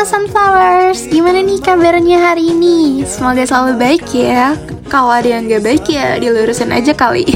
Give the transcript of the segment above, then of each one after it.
Sunflowers, gimana nih kabarnya hari ini? Semoga selalu baik ya. Kalau ada yang gak baik ya dilurusin aja kali.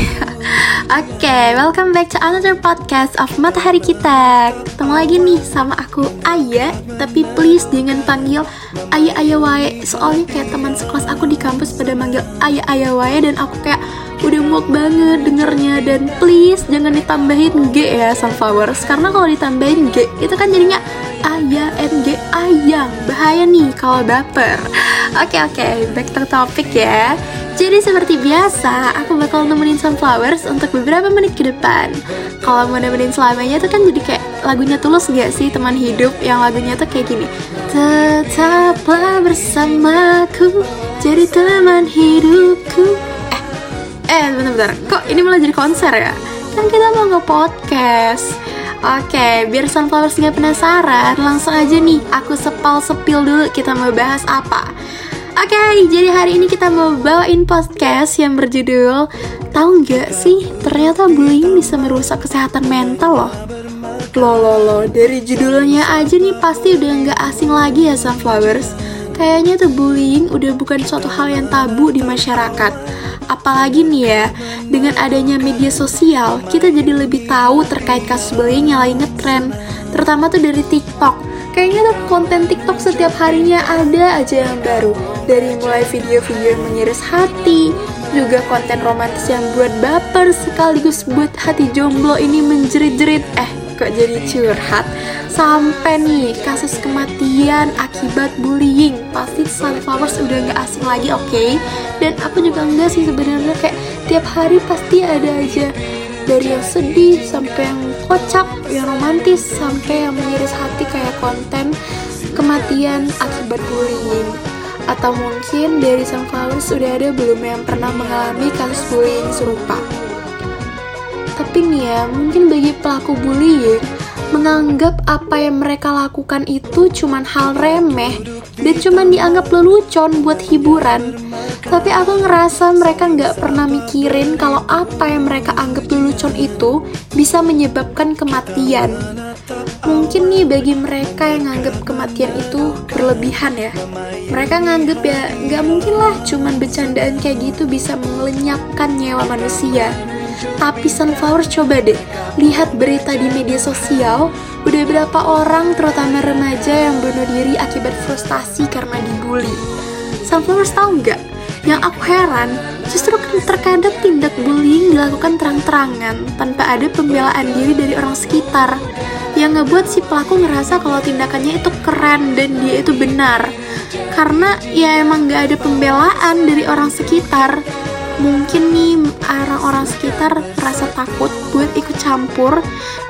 Oke, welcome back to another podcast of Matahari Kita. Ketemu lagi nih sama aku Aya, tapi please jangan panggil Aya wae. Soalnya kayak teman sekelas aku di kampus pada manggil Aya wae dan aku kayak udah muak banget dengernya. Dan please jangan ditambahin G ya Sunflowers, karena kalau ditambahin G itu kan jadinya Aya NG ayang, bahaya nih kalau baper. Oke, back to topic ya. Jadi seperti biasa, aku bakal nemenin Sunflowers untuk beberapa menit ke depan. Kalau mau nemenin selamanya tuh kan jadi kayak lagunya Tulus gak sih, teman hidup, yang lagunya tuh kayak gini. Tetaplah bersamaku, jadi teman hidupku. Bentar, kok ini malah jadi konser ya? Kan kita mau nge-podcast. Oke, biar Sunflowers gak penasaran, langsung aja nih aku sepil dulu kita mau bahas apa. Oke, jadi hari ini kita mau bawain podcast yang berjudul tahu gak sih, ternyata bullying bisa merusak kesehatan mental loh. Loh, dari judulnya aja nih pasti udah gak asing lagi ya Sunflowers. Kayaknya tuh bullying udah bukan suatu hal yang tabu di masyarakat. Apalagi nih ya, dengan adanya media sosial, kita jadi lebih tahu terkait kasus bullying yang lagi ngetren. Terutama tuh dari TikTok. Kayaknya tuh konten TikTok setiap harinya ada aja yang baru. Dari mulai video-video yang mengiris hati, juga konten romantis yang buat baper sekaligus buat hati jomblo ini menjerit-jerit. Kok jadi curhat? Sampai nih kasus kematian akibat bullying. Pasti Sunflowers udah gak asing lagi, oke? Dan aku juga enggak sih sebenarnya, kayak tiap hari pasti ada aja. Dari yang sedih sampai yang kocak, yang romantis, sampai yang mengiris hati kayak konten kematian akibat bullying. Atau mungkin dari Sunflowers udah ada belum yang pernah mengalami kasus bullying serupa? Tapi nih ya, mungkin bagi pelaku bullying menganggap apa yang mereka lakukan itu cuman hal remeh dan cuman dianggap lelucon buat hiburan. Tapi aku ngerasa mereka nggak pernah mikirin kalau apa yang mereka anggap lelucon itu bisa menyebabkan kematian. Mungkin nih bagi mereka yang nganggap kematian itu berlebihan ya, mereka nganggap ya nggak mungkin lah cuman bercandaan kayak gitu bisa melenyapkan nyawa manusia. Tapi Sunflowers coba deh lihat berita di media sosial, udah berapa orang terutama remaja yang bunuh diri akibat frustasi karena dibully. Sunflowers tahu nggak? Yang aku heran, justru terkadang tindak bullying dilakukan terang-terangan tanpa ada pembelaan diri dari orang sekitar, yang ngebuat si pelaku ngerasa kalau tindakannya itu keren dan dia itu benar. Karena ya emang nggak ada pembelaan dari orang sekitar. Mungkin nih orang-orang sekitar merasa takut buat ikut campur,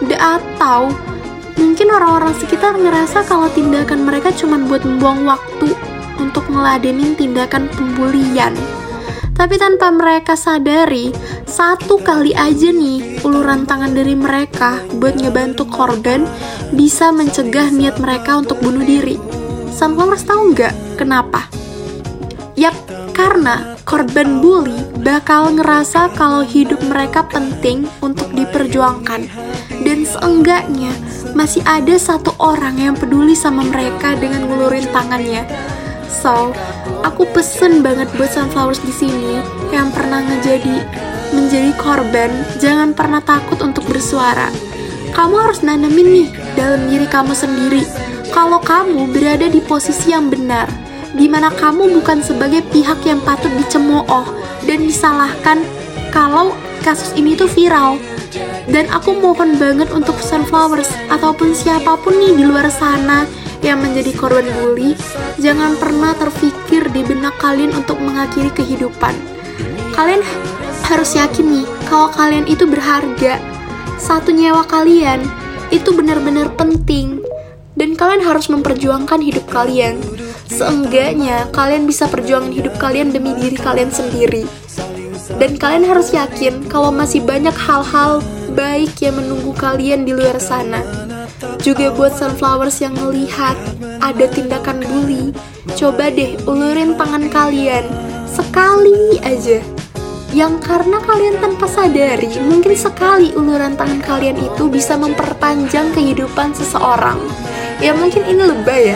atau mungkin orang-orang sekitar ngerasa kalau tindakan mereka cuma buat membuang waktu untuk ngeladenin tindakan pembulian. Tapi tanpa mereka sadari, satu kali aja nih uluran tangan dari mereka buat ngebantu korban bisa mencegah niat mereka untuk bunuh diri. Sunflowers tahu nggak kenapa? Yap, karena korban bully bakal ngerasa kalau hidup mereka penting untuk diperjuangkan. Dan seenggaknya masih ada satu orang yang peduli sama mereka dengan ngulurin tangannya. So, aku pesen banget buat Sunflowers di sini yang pernah menjadi korban, jangan pernah takut untuk bersuara. Kamu harus nanamin nih dalam diri kamu sendiri kalau kamu berada di posisi yang benar, di mana kamu bukan sebagai pihak yang patut dicemooh dan disalahkan kalau kasus ini tuh viral. Dan aku mohon banget untuk Sunflowers ataupun siapapun nih di luar sana yang menjadi korban bully, jangan pernah terfikir di benak kalian untuk mengakhiri kehidupan. Kalian harus yakin nih kalau kalian itu berharga. Satu nyawa kalian itu benar-benar penting dan kalian harus memperjuangkan hidup kalian. Seenggaknya kalian bisa perjuangin hidup kalian demi diri kalian sendiri. Dan kalian harus yakin kalau masih banyak hal-hal baik yang menunggu kalian di luar sana. Juga buat Sunflowers yang melihat ada tindakan bully, coba deh ulurin tangan kalian sekali aja. Yang karena kalian tanpa sadari, mungkin sekali uluran tangan kalian itu bisa memperpanjang kehidupan seseorang. Ya mungkin ini lebay ya,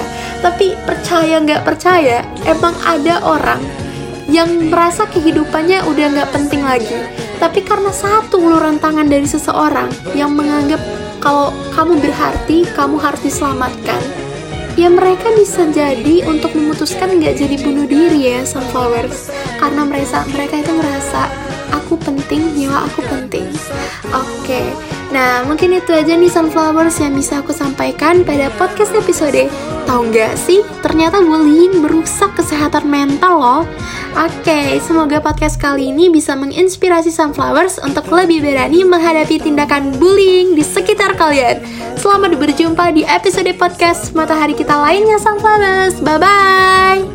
Tapi percaya nggak percaya, emang ada orang yang merasa kehidupannya udah nggak penting lagi. Tapi karena satu uluran tangan dari seseorang yang menganggap kalau kamu berarti, kamu harus diselamatkan, ya mereka bisa jadi untuk memutuskan nggak jadi bunuh diri ya, Sunflowers. Karena mereka itu ngerasa aku penting, nyawa aku penting. Oke. Nah, mungkin itu aja nih Sunflowers yang bisa aku sampaikan pada podcast episode. Tahu nggak sih, ternyata bullying merusak kesehatan mental loh. Oke, semoga podcast kali ini bisa menginspirasi Sunflowers untuk lebih berani menghadapi tindakan bullying di sekitar kalian. Selamat berjumpa di episode podcast Matahari Kita lainnya, Sunflowers. Bye-bye!